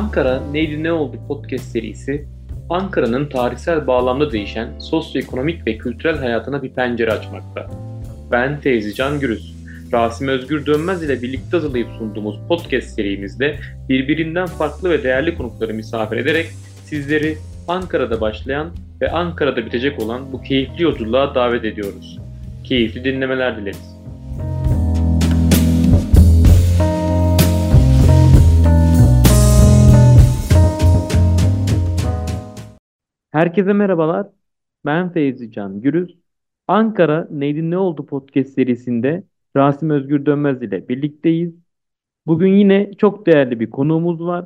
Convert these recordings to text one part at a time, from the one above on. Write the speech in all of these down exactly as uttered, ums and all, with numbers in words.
Ankara Neydi Ne Oldu podcast serisi, Ankara'nın tarihsel bağlamda değişen sosyoekonomik ve kültürel hayatına bir pencere açmakta. Ben Feyzi Can Gürüz. Rasim Özgür Dönmez ile birlikte hazırlayıp sunduğumuz podcast serimizde birbirinden farklı ve değerli konukları misafir ederek sizleri Ankara'da başlayan ve Ankara'da bitecek olan bu keyifli yolculuğa davet ediyoruz. Keyifli dinlemeler dileriz. Herkese merhabalar. Ben Feyzi Can Gürüz. Ankara Neydi Ne Oldu podcast serisinde Rasim Özgür Dönmez ile birlikteyiz. Bugün yine çok değerli bir konuğumuz var.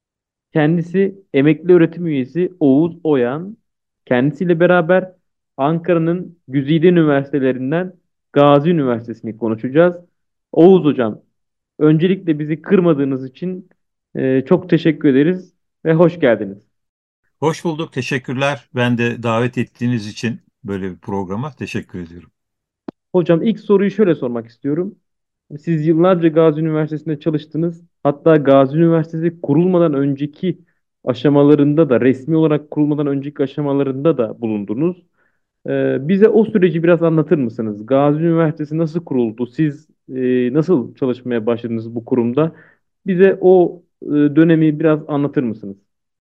Kendisi emekli öğretim üyesi Oğuz Oyan. Kendisiyle beraber Ankara'nın güzide üniversitelerinden Gazi Üniversitesi'ni konuşacağız. Oğuz Hocam, öncelikle bizi kırmadığınız için e, çok teşekkür ederiz ve hoş geldiniz. Hoş bulduk, teşekkürler. Ben de davet ettiğiniz için böyle bir programa teşekkür ediyorum. Hocam ilk soruyu şöyle sormak istiyorum. Siz yıllarca Gazi Üniversitesi'nde çalıştınız. Hatta Gazi Üniversitesi kurulmadan önceki aşamalarında da resmi olarak kurulmadan önceki aşamalarında da bulundunuz. Ee, bize o süreci biraz anlatır mısınız? Gazi Üniversitesi nasıl kuruldu? Siz e, nasıl çalışmaya başladınız bu kurumda? Bize o e, dönemi biraz anlatır mısınız?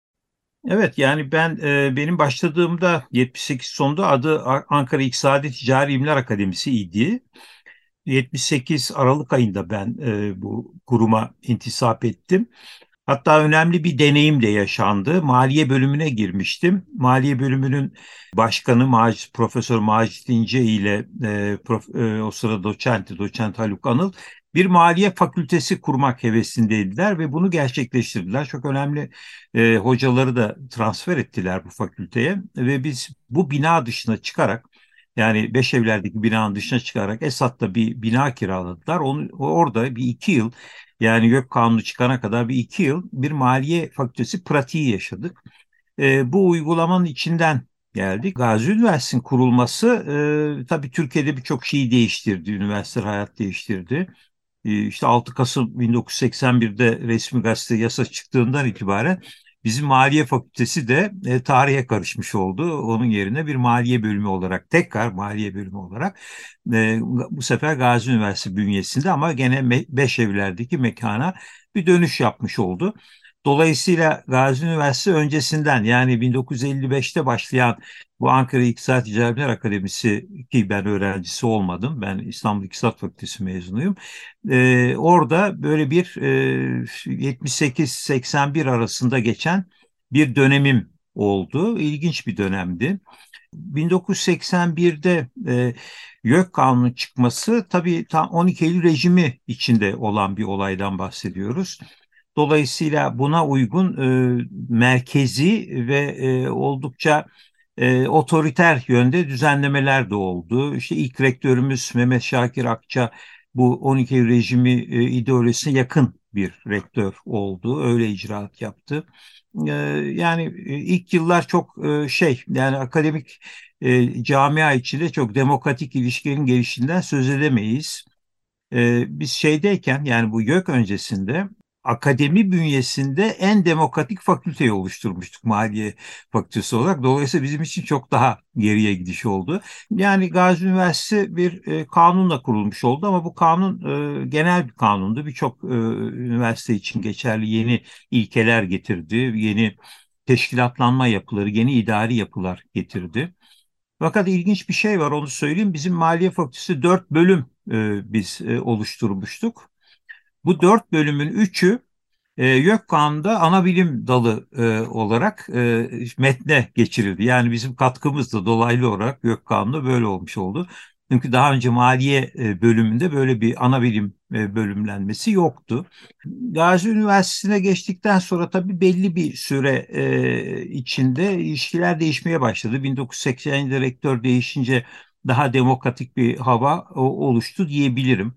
Evet, yani ben e, benim başladığımda yetmiş sekiz sonunda adı A- Ankara İktisadi Ticari İlimler Akademisi idi. yetmiş sekiz Aralık ayında ben e, bu kuruma intisap ettim. Hatta önemli bir deneyim de yaşandı. Maliye bölümüne girmiştim. Maliye bölümünün başkanı Macit, Profesör Macit İnce ile e, prof, e, o sırada doçenti, doçent Haluk Anıl bir maliye fakültesi kurmak hevesindeydiler ve bunu gerçekleştirdiler. Çok önemli e, hocaları da transfer ettiler bu fakülteye ve biz bu bina dışına çıkarak, yani Beşevler'deki binanın dışına çıkarak Esat'ta bir bina kiraladılar. Onu, orada bir iki yıl, yani Gök Kanunu çıkana kadar bir iki yıl bir maliye fakültesi pratiği yaşadık. E, bu uygulamanın içinden geldik. Gazi Üniversitesi'nin kurulması e, tabii Türkiye'de birçok şeyi değiştirdi. Üniversite hayat değiştirdi. E, işte altı Kasım bin dokuz yüz seksen birde resmi gazete yasa çıktığından itibaren bizim Maliye Fakültesi de e, tarihe karışmış oldu. Onun yerine bir maliye bölümü olarak, tekrar maliye bölümü olarak e, bu sefer Gazi Üniversitesi bünyesinde ama gene me Beşevler'deki mekana bir dönüş yapmış oldu. Dolayısıyla Gazi Üniversitesi öncesinden, yani bin dokuz yüz elli beşte başlayan bu Ankara İktisat Ticaretler Akademisi, ki ben öğrencisi olmadım, ben İstanbul İktisat Fakültesi mezunuyum. Ee, orada böyle bir e, yetmiş sekiz seksen bir arasında geçen bir dönemim oldu. İlginç bir dönemdi. bin dokuz yüz seksen birde e, YÖK Kanunu çıkması, tabii tam on iki Eylül rejimi içinde olan bir olaydan bahsediyoruz. Dolayısıyla buna uygun e, merkezi ve e, oldukça e, otoriter yönde düzenlemeler de oldu. İşte ilk rektörümüz Mehmet Şakir Akça bu on iki Eylül rejimi e, ideolojisine yakın bir rektör oldu. Öyle icraat yaptı. E, yani e, ilk yıllar çok e, şey, yani akademik e, camia içinde çok demokratik ilişkilerin gelişinden söz edemeyiz. Ee, biz şeydeyken, yani bu YÖK öncesinde akademi bünyesinde en demokratik fakülteyi oluşturmuştuk Maliye Fakültesi olarak. Dolayısıyla bizim için çok daha geriye gidiş oldu. Yani Gazi Üniversitesi bir e, kanunla kurulmuş oldu ama bu kanun e, genel bir kanundu. Birçok e, üniversite için geçerli yeni ilkeler getirdi, yeni teşkilatlanma yapıları, yeni idari yapılar getirdi. Fakat ilginç bir şey var, onu söyleyeyim. Bizim Maliye Fakültesi dört bölüm e, biz e, oluşturmuştuk. Bu dört bölümün üçü e, YÖK Kanunu'nda ana bilim dalı e, olarak e, metne geçirildi. Yani bizim katkımız da dolaylı olarak YÖK Kanunu'nda böyle olmuş oldu. Çünkü daha önce maliye e, bölümünde böyle bir ana bilim e, bölümlenmesi yoktu. Gazi Üniversitesi'ne geçtikten sonra tabii belli bir süre e, içinde ilişkiler değişmeye başladı. bin dokuz yüz seksende rektör değişince daha demokratik bir hava o, oluştu diyebilirim.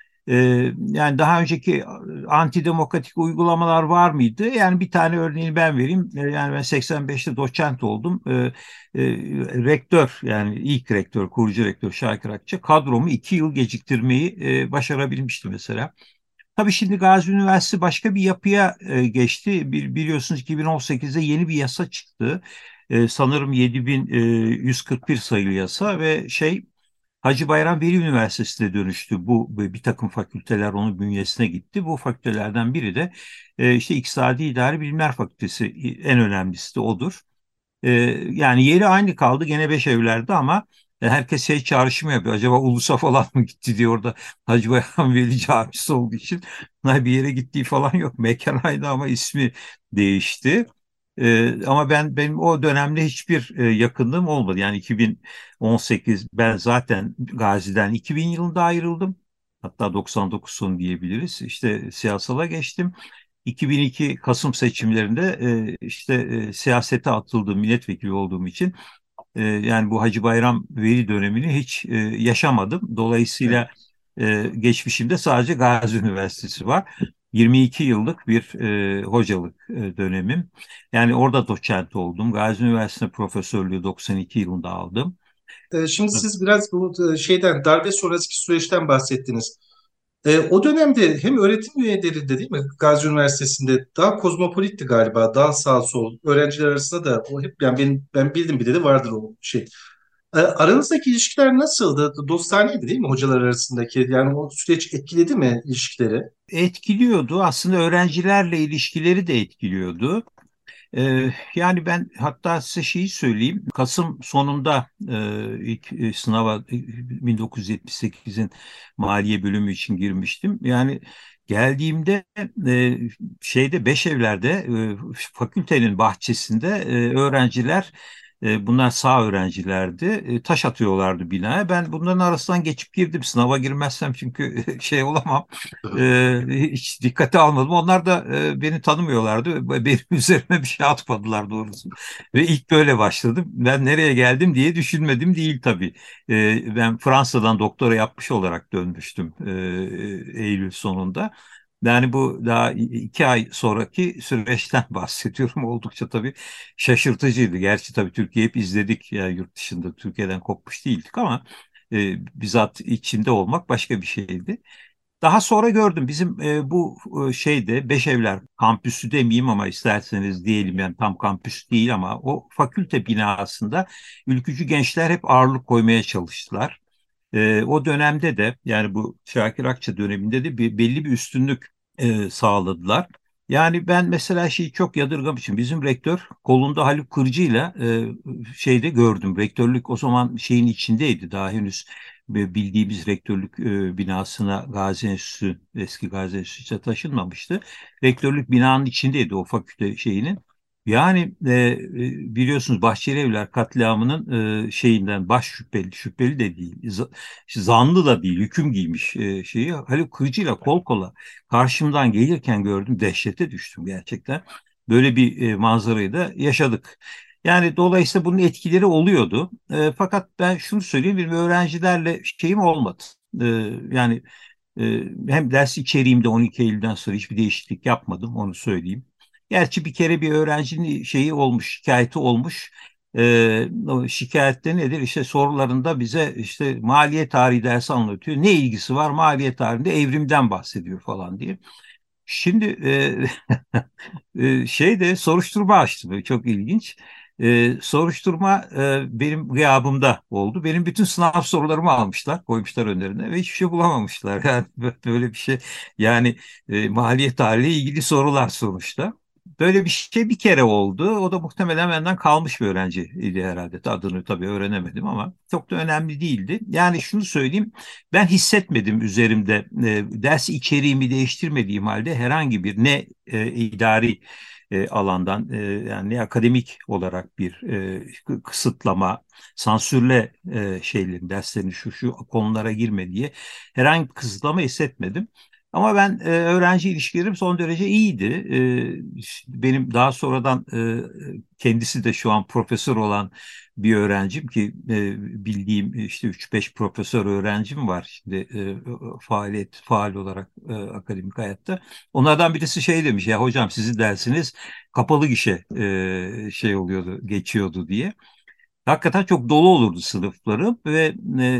Ee, yani daha önceki antidemokratik uygulamalar var mıydı? Yani bir tane örneğini ben vereyim. Ee, Yani ben seksen beşte doçent oldum. Ee, e, rektör, yani ilk rektör, kurucu rektör Şakir Akça kadromu iki yıl geciktirmeyi e, başarabilmişti mesela. Tabii şimdi Gazi Üniversitesi başka bir yapıya e, geçti. Bir, biliyorsunuz iki bin on sekizde yeni bir yasa çıktı. E, sanırım yedi bin yüz kırk bir sayılı yasa ve şey Hacı Bayram Veli Üniversitesi'ne dönüştü. Bu bir takım fakülteler onun bünyesine gitti. Bu fakültelerden biri de e, işte İktisadi İdari Bilimler Fakültesi, en önemlisi de odur. Ee, Yani yeri aynı kaldı gene beş evlerde ama e, herkes şey çağrışımı yapıyor. Acaba Ulus'a falan mı gitti diye orada Hacı Bayram Veli Camisi olduğu için bir yere gittiği falan yok. Mekan aynı ama ismi değişti. Ee, ama ben benim o dönemde hiçbir e, yakınlığım olmadı. Yani iki bin on sekiz ben zaten Gazi'den iki bin yılında ayrıldım. Hatta doksan dokuz sonu diyebiliriz. İşte siyasala geçtim. iki bin iki Kasım seçimlerinde e, işte e, siyasete atıldım milletvekili olduğum için e, yani bu Hacı Bayram Veli dönemini hiç e, yaşamadım. Dolayısıyla Evet. e, geçmişimde sadece Gazi Üniversitesi var. yirmi iki yıllık bir e, hocalık e, dönemim. Yani orada doçent oldum. Gazi Üniversitesi'nde profesörlüğü doksan iki yılında aldım. Ee, şimdi siz biraz bu e, şeyden darbe sonrası süreçten bahsettiniz. Ee, o dönemde hem öğretim üyeleri değil mi Gazi Üniversitesi'nde daha kozmopolitti galiba, daha sağ sol öğrenciler arasında da o hep yani benim ben bildim bir de vardır o şey. Ee, aranızdaki ilişkiler nasıldı? Dostaneydi değil mi hocalar arasındaki? Yani o süreç etkiledi mi ilişkileri? Etkiliyordu. Aslında öğrencilerle ilişkileri de etkiliyordu. Ee, yani ben hatta size şeyi söyleyeyim. Kasım sonunda e, ilk e, sınava e, bin dokuz yüz yetmiş sekizin maliye bölümü için girmiştim. Yani geldiğimde e, şeyde Beşevler'de e, fakültenin bahçesinde e, öğrenciler e, bunlar sağ öğrencilerdi. E, taş atıyorlardı binaya. Ben bunların arasından geçip girdim. Sınava girmezsem çünkü şey olamam. E, hiç dikkate almadım. Onlar da e, beni tanımıyorlardı. Benim üzerime bir şey atmadılar doğrusu. Ve ilk böyle başladım. Ben nereye geldim diye düşünmedim değil tabii. E, ben Fransa'dan doktora yapmış olarak dönmüştüm e, Eylül sonunda. Yani bu daha iki ay sonraki süreçten bahsediyorum. Oldukça tabii şaşırtıcıydı. Gerçi tabii Türkiye hep izledik. Yani yurt dışında Türkiye'den kopmuş değildik ama e, bizzat içinde olmak başka bir şeydi. Daha sonra gördüm bizim e, bu e, şeyde Beşevler kampüsü demeyeyim ama isterseniz diyelim yani tam kampüs değil ama o fakülte binasında ülkücü gençler hep ağırlık koymaya çalıştılar. E, o dönemde de yani bu Şakir Akça döneminde de bir, belli bir üstünlük e, sağladılar. Yani ben mesela şeyi çok yadırgamışım. Bizim rektör kolunda Haluk Kırcı'yla e, şeyde gördüm. Rektörlük o zaman şeyin içindeydi. Daha henüz bildiğimiz rektörlük e, binasına Gazi Enstitüsü, eski Gazi Enstitüsü'ne taşınmamıştı. Rektörlük binanın içindeydi o fakülte şeyinin. Yani e, e, biliyorsunuz Bahçelievler katliamının e, şeyinden baş şüpheli, şüpheli de değil, z- zanlı da değil, hüküm giymiş e, şeyi Haluk Kırcı'yla kol kola karşımdan gelirken gördüm, dehşete düştüm gerçekten. Böyle bir e, manzarayı da yaşadık. Yani dolayısıyla bunun etkileri oluyordu. E, fakat ben şunu söyleyeyim, benim öğrencilerle şeyim olmadı. E, yani e, hem ders içeriğimde on iki Eylül'den sonra hiçbir değişiklik yapmadım, onu söyleyeyim. Gerçi bir kere bir öğrencinin şeyi olmuş, şikayeti olmuş. E, o şikayette nedir? İşte sorularında bize işte maliye tarihi dersi anlatıyor. Ne ilgisi var? Maliye tarihinde evrimden bahsediyor falan diye. Şimdi e, e, şeyde soruşturma açtı. Böyle çok ilginç. E, soruşturma e, benim gıyabımda oldu. Benim bütün sınav sorularımı almışlar, koymuşlar önlerine ve hiçbir şey bulamamışlar. Yani böyle bir şey. Yani e, maliyet tarihiyle ilgili sorular sonuçta. Böyle bir şey bir kere oldu. O da muhtemelen benden kalmış bir öğrenciydi herhalde. Adını tabii öğrenemedim ama çok da önemli değildi. Yani şunu söyleyeyim. Ben hissetmedim üzerimde e, ders içeriğimi değiştirmediğim halde herhangi bir ne e, idari e, alandan e, yani ne akademik olarak bir e, kısıtlama, sansürle e, şeylerin derslerin şu şu konulara girme diye herhangi bir kısıtlama hissetmedim. Ama ben e, öğrenci ilişkilerim son derece iyiydi. E, benim daha sonradan e, kendisi de şu an profesör olan bir öğrencim ki e, bildiğim işte üç beş profesör öğrencim var şimdi e, faaliyet faal olarak e, akademik hayatta. Onlardan birisi şey demiş ya hocam sizin dersiniz kapalı gişe e, şey oluyordu geçiyordu diye. Hakikaten çok dolu olurdu sınıflarım ve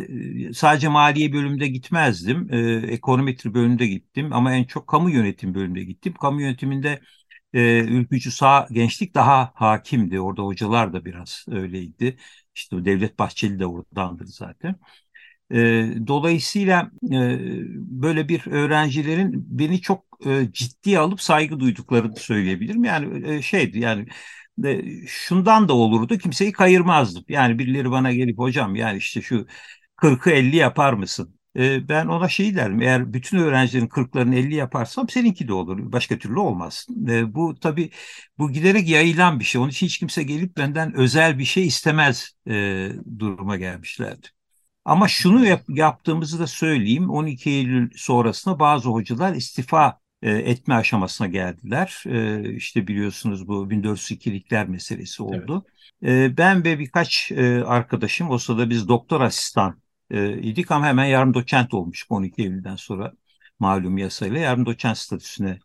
e, sadece maliye bölümünde gitmezdim. E, ekonometri bölümünde gittim ama en çok kamu yönetim bölümünde gittim. Kamu yönetiminde e, ülkücü sağ gençlik daha hakimdi. Orada hocalar da biraz öyleydi. İşte o Devlet Bahçeli de oradandır zaten. E, dolayısıyla e, böyle bir öğrencilerin beni çok e, ciddiye alıp saygı duyduklarını söyleyebilirim. Yani e, şeydi yani e, şundan da olurdu, kimseyi kayırmazdım. Yani birileri bana gelip hocam yani işte şu kırkı elli yapar mısın? E, ben ona şey derim, eğer bütün öğrencilerin kırklarını elli yaparsam seninki de olur. Başka türlü olmaz. E, bu tabii bu giderek yayılan bir şey. Onun için hiç kimse gelip benden özel bir şey istemez e, duruma gelmişlerdi. Ama şunu yap- yaptığımızı da söyleyeyim. on iki Eylül sonrasında bazı hocalar istifa e, etme aşamasına geldiler. E, işte biliyorsunuz bu bin dört yüz ikilikler meselesi Evet. oldu. E, ben ve birkaç e, arkadaşım, o sırada biz doktor asistan e, idik ama hemen yarım doçent olmuştuk on iki Eylül'den sonra malum yasayla yarım doçent statüsüne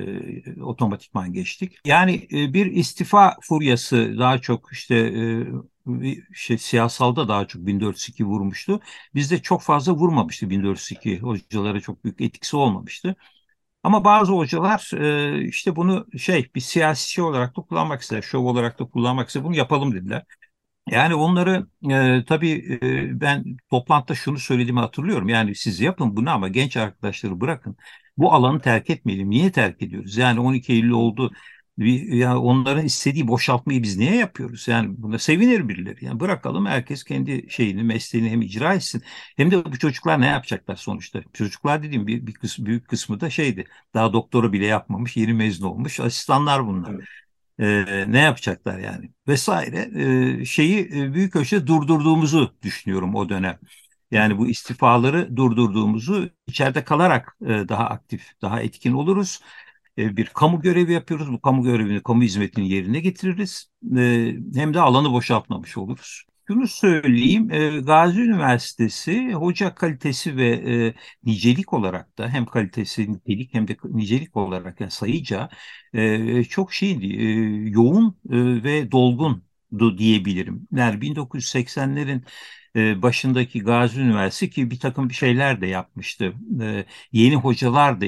e, otomatikman geçtik. Yani e, bir istifa furyası daha çok işte e, bir şey siyasalda daha çok bin dört yüz iki vurmuştu. Bizde çok fazla vurmamıştı bin dört yüz iki. Hocalara çok büyük etkisi olmamıştı. Ama bazı hocalar e, işte bunu şey bir siyasi olarak da kullanmak ister, şov olarak da kullanmak ister. Bunu yapalım dediler. Yani onları e, tabii e, ben toplantıda şunu söylediğimi hatırlıyorum. Yani siz yapın bunu ama genç arkadaşları bırakın. Bu alanı terk etmeyelim. Niye terk ediyoruz? Yani on iki Eylül oldu. Bir, ya onların istediği boşaltmayı biz niye yapıyoruz? Yani buna sevinir birileri. Yani bırakalım herkes kendi şeyini, mesleğini hem icra etsin. Hem de bu çocuklar ne yapacaklar sonuçta? Çocuklar dediğim bir, bir kısmı, büyük kısmı da şeydi. Daha doktora bile yapmamış, yeni mezun olmuş asistanlar bunlar. Evet. Ee, ne yapacaklar yani vesaire. Ee, şeyi e, büyük ölçüde durdurduğumuzu düşünüyorum o dönem. Hı Yani bu istifaları durdurduğumuzu, içeride kalarak e, daha aktif, daha etkin oluruz. E, bir kamu görevi yapıyoruz. Bu kamu görevini, kamu hizmetini yerine getiririz. E, hem de alanı boşaltmamış oluruz. Şunu söyleyeyim, e, Gazi Üniversitesi hoca kalitesi ve e, nicelik olarak da hem kalitesi, nitelik hem de nicelik olarak yani sayıca e, çok şeydi, e, yoğun e, ve dolgundu diyebilirim. Yani bin dokuz yüz seksenlerin e, başındaki Gazi Üniversitesi ki bir takım bir şeyler de yapmıştı. E, yeni hocalar da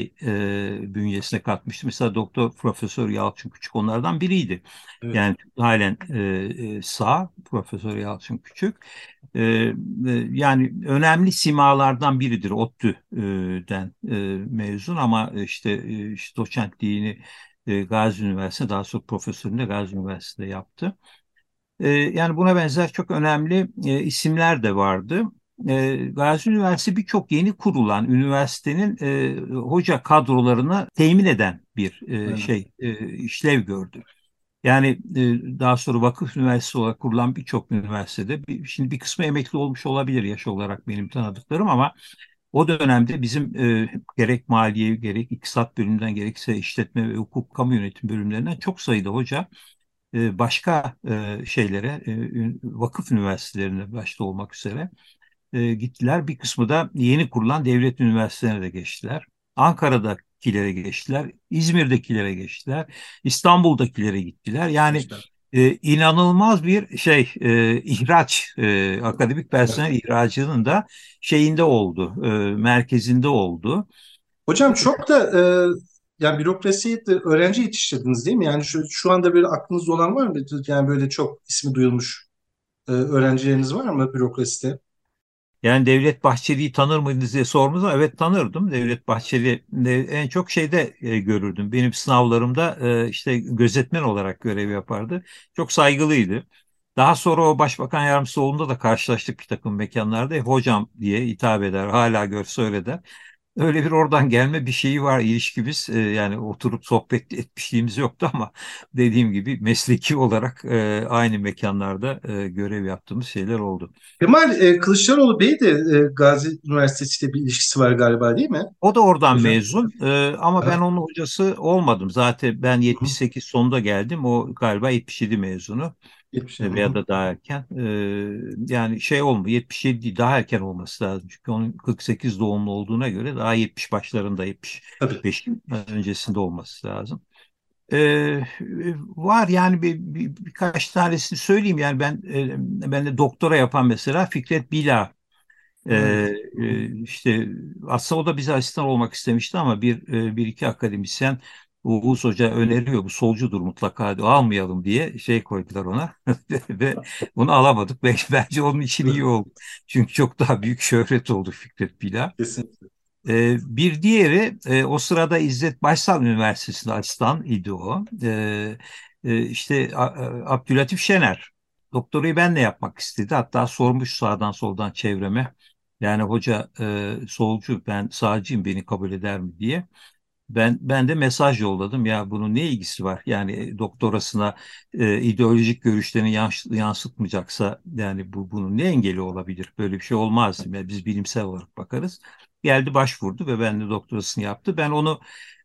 e, bünyesine katmıştı. Mesela Doktor Profesör Yalçın Küçük onlardan biriydi. Evet. Yani halen e, e, sağ Profesör Yalçın Küçük. E, e, yani önemli simalardan biridir. ODTÜ'den e, mezun ama işte, e, işte doçentliğini e, Gazi Üniversitesi daha sonra profesörünü de Gazi Üniversitesi'nde yaptı. E, yani buna benzer çok önemli e, isimler de vardı. E, Gazi Üniversitesi birçok yeni kurulan üniversitenin e, hoca kadrolarını temin eden bir e, Evet. şey e, işlev gördü. Yani e, daha sonra vakıf üniversitesi olarak kurulan birçok üniversitede bir, şimdi bir kısmı emekli olmuş olabilir yaş olarak benim tanıdıklarım ama o dönemde bizim e, gerek maliye gerek iktisat bölümünden gerekse işletme ve hukuk kamu yönetim bölümlerinden çok sayıda hoca e, başka e, şeylere, e, ün- vakıf üniversitelerine başta olmak üzere e, gittiler. Bir kısmı da yeni kurulan devlet üniversitelerine de geçtiler. Ankara'dakilere geçtiler, İzmir'dekilere geçtiler, İstanbul'dakilere gittiler. Yani İşte. e, inanılmaz bir şey, e, ihraç, e, akademik personel Evet. ihracının da şeyinde oldu, e, merkezinde oldu. Hocam çok da e, yani bürokrasiyi de öğrenci yetiştirdiniz değil mi? Yani şu, şu anda böyle aklınızda olan var mı? Yani böyle çok ismi duyulmuş e, öğrencileriniz var mı bürokraside? Yani Devlet Bahçeli'yi tanır mıydınız diye sormunuz ama evet tanırdım. Devlet Bahçeli e, en çok şeyde e, görürdüm. Benim sınavlarımda e, işte gözetmen olarak görev yapardı. Çok saygılıydı. Daha sonra o Başbakan Yardımcısı olduğunda da karşılaştık bir takım mekanlarda. Hep hocam diye hitap eder. Hala görse öyle der. Öyle bir oradan gelme bir şeyi var ilişkimiz. Ee, yani oturup sohbet etmişliğimiz yoktu ama dediğim gibi mesleki olarak e, aynı mekanlarda e, görev yaptığımız şeyler oldu. Kemal e, Kılıçdaroğlu Bey de e, Gazi Üniversitesi ile bir ilişkisi var galiba değil mi O da oradan hocam? mezun. Ee, ama ben Aha. onun hocası olmadım. Zaten ben Hı hı. yetmiş sekiz sonunda geldim. O galiba yetmiş yedi mezunu. Yetmiş. Hı E, veya hı. da daha erken. Ee, yani şey olmu yetmiş yedi değil, daha erken olması lazım. Çünkü onun kırk sekiz doğumlu olduğuna göre daha yetmiş başlarında Tabii. yetmiş beş öncesinde olması lazım. Ee, Var yani bir, bir- birkaç tanesini söyleyeyim yani ben e, ben de doktora yapan mesela Fikret Bila. Ee, Hmm. e, işte aslında o da bize asistan olmak istemişti ama bir e, bir iki akademisyen Uğuz Hoca öneriyor bu solcudur mutlaka almayalım diye şey koydular ona ve bunu alamadık. Belki bence onun için iyi oldu. Çünkü çok daha büyük şöhret oldu Fikret Bila. Kesinlikle. Ee, bir diğeri e, o sırada İzzet Baysal Üniversitesi'nde asistan idi o. Ee, e, işte A- A- Abdülatif Şener. Doktorayı benle yapmak istedi. Hatta sormuş sağdan soldan çevreme. Yani hoca e, solcu ben sağcıyım beni kabul eder mi diye. Ben ben de mesaj yolladım ya bunun ne ilgisi var? Yani e, doktorasına e, ideolojik görüşlerini yans- yansıtmayacaksa yani bu bunun ne engeli olabilir? Böyle bir şey olmaz. Yani biz bilimsel olarak bakarız. Geldi başvurdu ve ben de doktorasını yaptı. Ben onu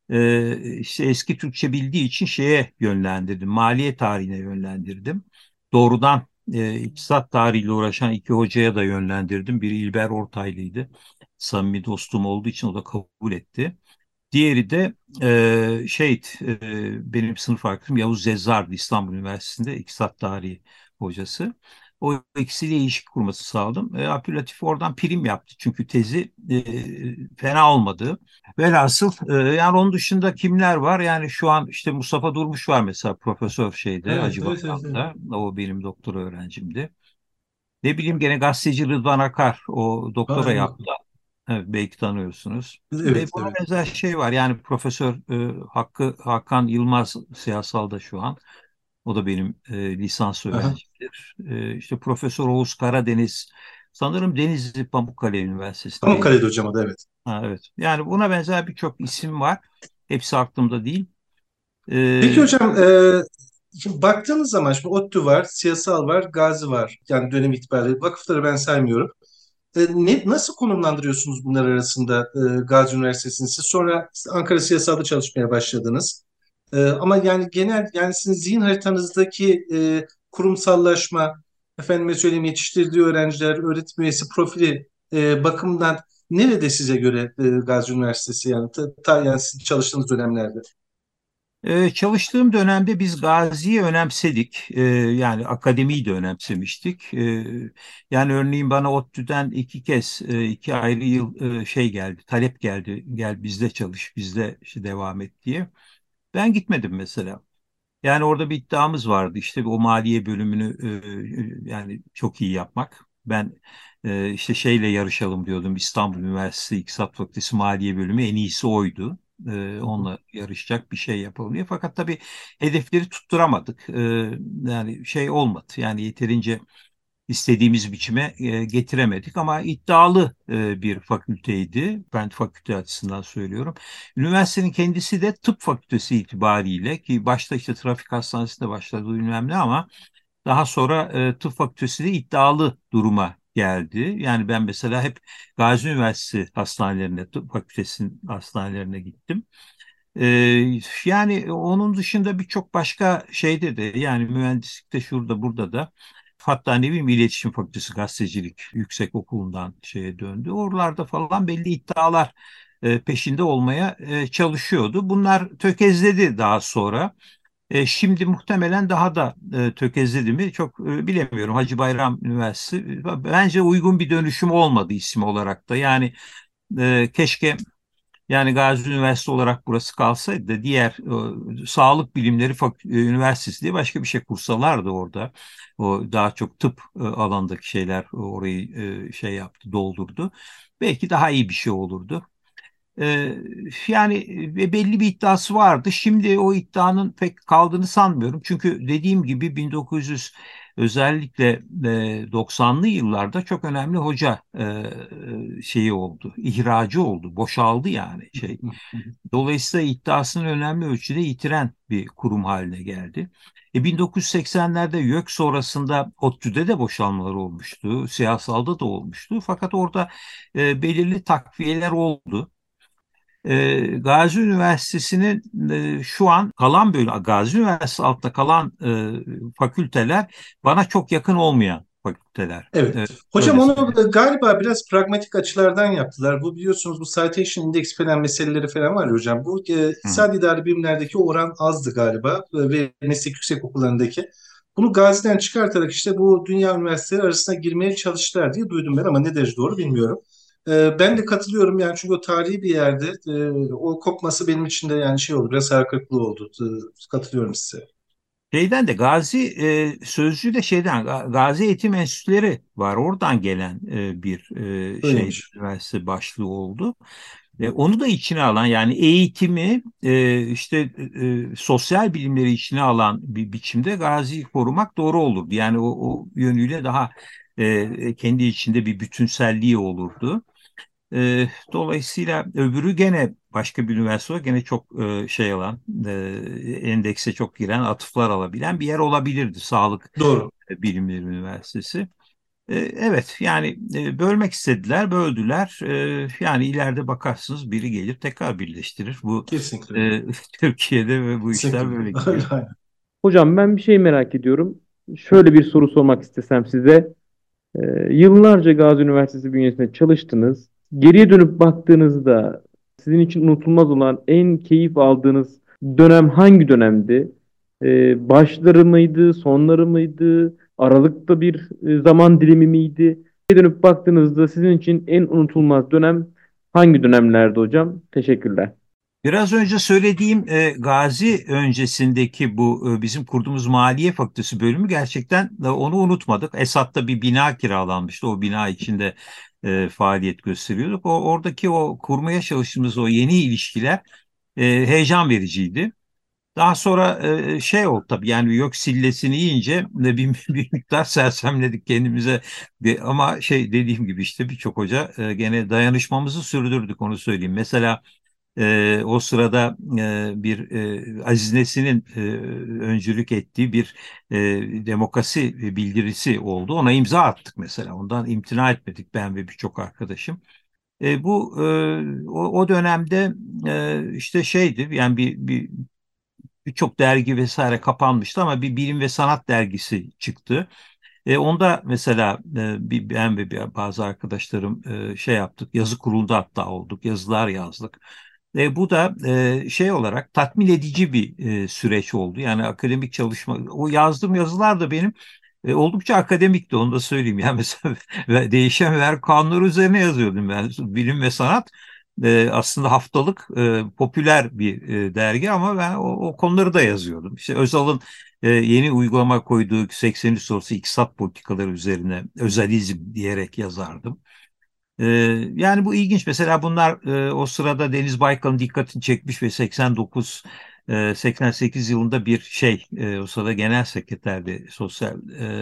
e, işte eski Türkçe bildiği için şeye yönlendirdim. Maliye tarihine yönlendirdim. Doğrudan e, iktisat tarihiyle uğraşan iki hocaya da yönlendirdim. Biri İlber Ortaylı'ydı. Samimi dostum olduğu için o da kabul etti. Diğeri de e, şey e, benim sınıf arkadaşım Yavuz Zezzar'dı İstanbul Üniversitesi'nde iktisat tarihi hocası. O ikisiyle ilişki kurması sağladım. E, Abdülatif oradan prim yaptı. Çünkü tezi e, fena olmadı. Velhasıl e, yani onun dışında kimler var? Yani şu an işte Mustafa Durmuş var mesela profesör şeyde Evet, evet, evet, evet. Acıbadem'de. O benim doktora öğrencimdi. Ne bileyim gene gazeteci Rıdvan Akar o Ha, doktora evet, yaptı. Evet, belki tanıyorsunuz. Ve evet, buna evet. benzer şey var. Yani Profesör e, Hakkı Hakan Yılmaz siyasalda şu an. O da benim e, lisans Aha. öğrencimdir. E, işte Profesör Oğuz Karadeniz. Sanırım Denizli Pamukkale Üniversitesi'ndeydi. Pamukkale'de hocam o da, evet. Ha, evet. Yani buna benzer birçok isim var. Hepsi aklımda değil. Peki E, hocam, e, şimdi baktığınız zaman şimdi ODTÜ var, siyasal var, Gazi var. Yani dönem itibariyle vakıfları ben saymıyorum. E, ne, nasıl konumlandırıyorsunuz bunlar arasında e, Gazi Üniversitesi'ni? Siz sonra Ankara Siyasal'da çalışmaya başladınız. E, ama yani genel yani sizin zihin haritanızdaki e, kurumsallaşma, efendime söyleyeyim yetiştirdiği öğrenciler, öğretim üyesi profili e, bakımından nerede size göre e, Gazi Üniversitesi yani, ta, ta- yani sizin çalıştığınız dönemlerde? Ee, çalıştığım dönemde biz Gazi'yi önemsedik. Ee, yani akademiyi de önemsemiştik. Ee, yani örneğin bana ODTÜ'den iki kez, e, iki ayrı yıl e, şey geldi, talep geldi. Gel bizde çalış, bizde işte devam et diye. Ben gitmedim mesela. Yani orada bir iddiamız vardı işte o maliye bölümünü e, yani çok iyi yapmak. Ben e, işte şeyle yarışalım diyordum İstanbul Üniversitesi İktisat Fakültesi Maliye Bölümü en iyisi oydu. E, Hı hı. onunla yarışacak bir şey yapalım diye. Fakat tabii hedefleri tutturamadık. E, yani şey olmadı. Yani yeterince istediğimiz biçime e, getiremedik ama iddialı e, bir fakülteydi. Ben fakülte açısından söylüyorum. Üniversitenin kendisi de tıp fakültesi itibariyle ki başta işte trafik hastanesinde başladı bilmem ne ama daha sonra e, tıp fakültesi de iddialı duruma geldi. Yani ben mesela hep Gazi Üniversitesi hastanelerine, tıp fakültesinin hastanelerine gittim. E, Yani onun dışında birçok başka şeyde de yani mühendislikte şurada burada da hatta ne bileyim İletişim Fakültesi Gazetecilik Yüksek Okulu'ndan şeye döndü. Oralarda falan belli iddialar e, peşinde olmaya e, çalışıyordu. Bunlar tökezledi daha sonra. E, şimdi muhtemelen daha da e, tökezledi mi çok e, bilemiyorum. Hacı Bayram Üniversitesi e, bence uygun bir dönüşüm olmadı isim olarak da. Yani e, keşke yani Gazi Üniversitesi olarak burası kalsaydı da diğer e, sağlık bilimleri Fak- e, üniversitesi diye başka bir şey kursalardı orada. O daha çok tıp e, alandaki şeyler orayı e, şey yaptı, doldurdu. Belki daha iyi bir şey olurdu. Ee, Yani e, belli bir iddiası vardı. Şimdi o iddianın pek kaldığını sanmıyorum. Çünkü dediğim gibi bin dokuz yüz özellikle e, doksanlı yıllarda çok önemli hoca e, şeyi oldu. İhracı oldu. Boşaldı yani şey. Dolayısıyla iddiasını önemli ölçüde yitiren bir kurum haline geldi. E, bin dokuz yüz seksenlerde YÖK sonrasında ODTÜ'de de boşalmalar olmuştu. Siyasalda da olmuştu. Fakat orada e, belirli takviyeler oldu. E, Gazi Üniversitesi'nin e, şu an kalan böyle Gazi Üniversitesi altta kalan e, fakülteler bana çok yakın olmayan fakülteler. Evet. Evet, Hocam öyle onu söyleyeyim. da galiba biraz pragmatik açılardan yaptılar. Bu biliyorsunuz bu citation index falan meseleleri falan var ya hocam. Bu e, Hı hı. iktisadi idari bilimlerdeki oran azdı galiba e, ve meslek yüksek okullarındaki. Bunu Gazi'den çıkartarak işte bu dünya üniversiteleri arasına girmeye çalıştılar diye duydum ben ama ne derece doğru bilmiyorum. E, ben de katılıyorum yani çünkü o tarihi bir yerde e, o kopması benim için de yani şey oldu biraz hayal kırıklığı oldu. E, katılıyorum size. Şeyden de Gazi e, sözcüğü de şeyden Ga- Gazi Eğitim Enstitüleri var. Oradan gelen e, bir e, şey Öyleymiş. üniversite başlığı oldu. E, onu da içine alan yani eğitimi e, işte e, sosyal bilimleri içine alan bir biçimde Gazi'yi korumak doğru olurdu. Yani o, o yönüyle daha e, kendi içinde bir bütünselliği olurdu. E, dolayısıyla öbürü gene başka bir üniversite, gene çok e, şey alan, e, endekse çok giren, atıflar alabilen bir yer olabilirdi Sağlık Doğru. Bilimleri Üniversitesi. E, evet yani e, bölmek istediler, böldüler. E, yani ileride bakarsınız biri gelir tekrar birleştirir. Bu Kesinlikle öyle. e, Türkiye'de ve bu Kesinlikle işler öyle. böyle Öyle, gidiyor. aynen. Hocam ben bir şey merak ediyorum. Şöyle bir soru sormak istesem size. Ee, yıllarca Gazi Üniversitesi bünyesinde çalıştınız. Geriye dönüp baktığınızda sizin için unutulmaz olan en keyif aldığınız dönem hangi dönemdi? Ee, başları mıydı, sonları mıydı, aralıkta bir e, zaman dilimi miydi? Geriye dönüp baktığınızda sizin için en unutulmaz dönem hangi dönemlerdi hocam? Teşekkürler. Biraz önce söylediğim e, Gazi öncesindeki bu e, bizim kurduğumuz Maliye Fakültesi bölümü gerçekten e, onu unutmadık. Esat'ta bir bina kiralanmıştı. O bina içinde e, faaliyet gösteriyorduk. O, oradaki o kurmaya çalıştığımız o yeni ilişkiler e, heyecan vericiydi. Daha sonra e, şey oldu tabii yani yok sillesini yiyince de bir, bir miktar sersemledik kendimize. De, ama şey dediğim gibi işte birçok hoca e, gene dayanışmamızı sürdürdük, onu söyleyeyim. Mesela e, o sırada e, bir e, Aziz Nesin'in e, öncülük ettiği bir e, demokrasi bildirisi oldu. Ona imza attık mesela. Ondan imtina etmedik ben ve birçok arkadaşım. E, bu e, o, o dönemde e, işte şeydi yani bir, bir birçok dergi vesaire kapanmıştı ama bir bilim ve sanat dergisi çıktı. E, onda mesela e, bir, ben ve bir, bazı arkadaşlarım e, şey yaptık, yazı kurulunda hatta olduk, yazılar yazdık. E, bu da e, şey olarak tatmin edici bir e, süreç oldu. Yani akademik çalışma, o yazdığım yazılar da benim e, oldukça akademikti, onu da söyleyeyim. Yani mesela ve değişen ver kanunları üzerine yazıyordum ben. Bilim ve sanat e, aslında haftalık e, popüler bir e, dergi ama ben o, o konuları da yazıyordum. İşte Özal'ın e, yeni uygulama koyduğu seksen üç sorusu iktisat politikaları üzerine özalizm diyerek yazardım. E, yani bu ilginç. Mesela bunlar e, o sırada Deniz Baykal'ın dikkatini çekmiş ve seksen dokuz e, seksen sekiz yılında bir şey e, o sırada genel sekreterdi Sosyal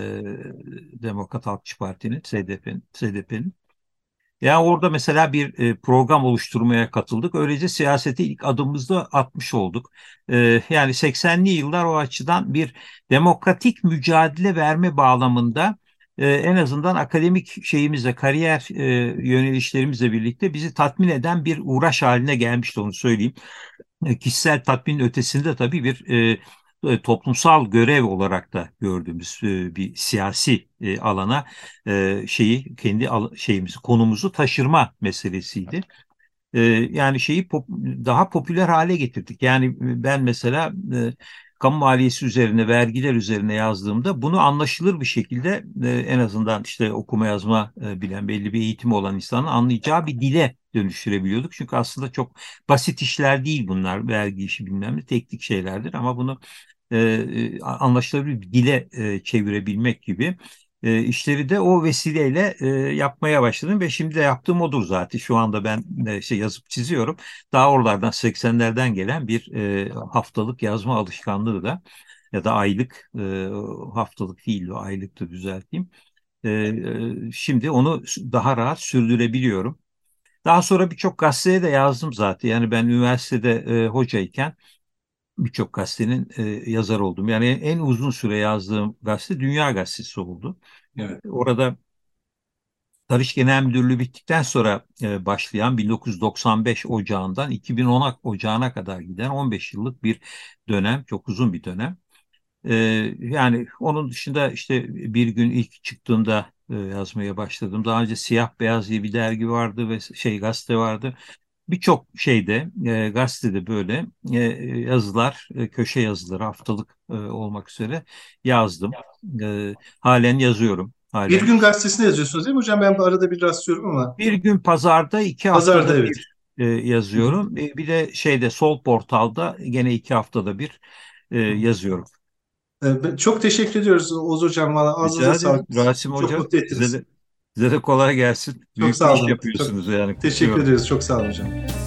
e, Demokrat Halkçı Parti'nin S D P'nin S D P'nin. Ya orada mesela bir e, program oluşturmaya katıldık. Öylece siyasete ilk adımımızı atmış olduk. E, yani seksenli yıllar o açıdan bir demokratik mücadele verme bağlamında e, en azından akademik şeyimizle, kariyer e, yönelişlerimizle birlikte bizi tatmin eden bir uğraş haline gelmişti, onu söyleyeyim. E, kişisel tatminin ötesinde tabii bir e, e, toplumsal görev olarak da gördüğümüz e, bir siyasi e, alana e, şeyi kendi al- şeyimizi konumuzu taşırma meselesiydi. E, yani şeyi pop- daha popüler hale getirdik. Yani ben mesela e, kamu maliyesi üzerine, vergiler üzerine yazdığımda bunu anlaşılır bir şekilde e, en azından işte okuma yazma e, bilen belli bir eğitimi olan insanın anlayacağı bir dile dönüştürebiliyorduk. Çünkü aslında çok basit işler değil bunlar. Vergi işi bilmem ne teknik şeylerdir ama bunu e, e, anlaşılabilir bir dile e, çevirebilmek gibi e, işleri de o vesileyle e, yapmaya başladım ve şimdi de yaptığım odur zaten. Şu anda ben e, şey yazıp çiziyorum. Daha oralardan seksenlerden gelen bir e, haftalık yazma alışkanlığı da ya da aylık e, haftalık değil o aylık da düzelteyim. E, e, şimdi onu daha rahat sürdürebiliyorum. Daha sonra birçok gazeteye de yazdım zaten. Yani ben üniversitede e, hocayken birçok gazetenin e, yazar oldum. Yani en uzun süre yazdığım gazete Dünya Gazetesi oldu. Evet. Orada Tarış Genel Müdürlüğü bittikten sonra e, başlayan bin dokuz yüz doksan beş Ocağı'ndan iki bin on Ocağı'na kadar giden on beş yıllık bir dönem, çok uzun bir dönem. E, Yani onun dışında işte bir gün ilk çıktığında e, yazmaya başladım. Daha önce Siyah Beyaz diye bir dergi vardı ve şey gazete vardı. Birçok şeyde e, gazetede böyle e, yazılar, e, köşe yazıları haftalık e, olmak üzere yazdım. E, halen yazıyorum. Bir Halen. Gün Gazetesi'nde yazıyorsunuz değil mi hocam? Ben arada bir rastlıyorum ama. Bir gün pazarda, iki Pazarda, haftada evet. bir e, Hı hı. yazıyorum. E, bir de şeyde Sol Portal'da gene iki haftada bir e, Hı. yazıyorum. Ee, ben- Çok teşekkür ediyoruz Oğuz hocam. Valla ağzınıza Rica sağlık. ederim. Rasim Çok Hocam mutlu size ettiniz. de, size de kolay gelsin. Çok Büyük bir sağ iş olun. Çok yapıyorsunuz yani teşekkür kutluyorum. ederiz. Çok sağ olun hocam.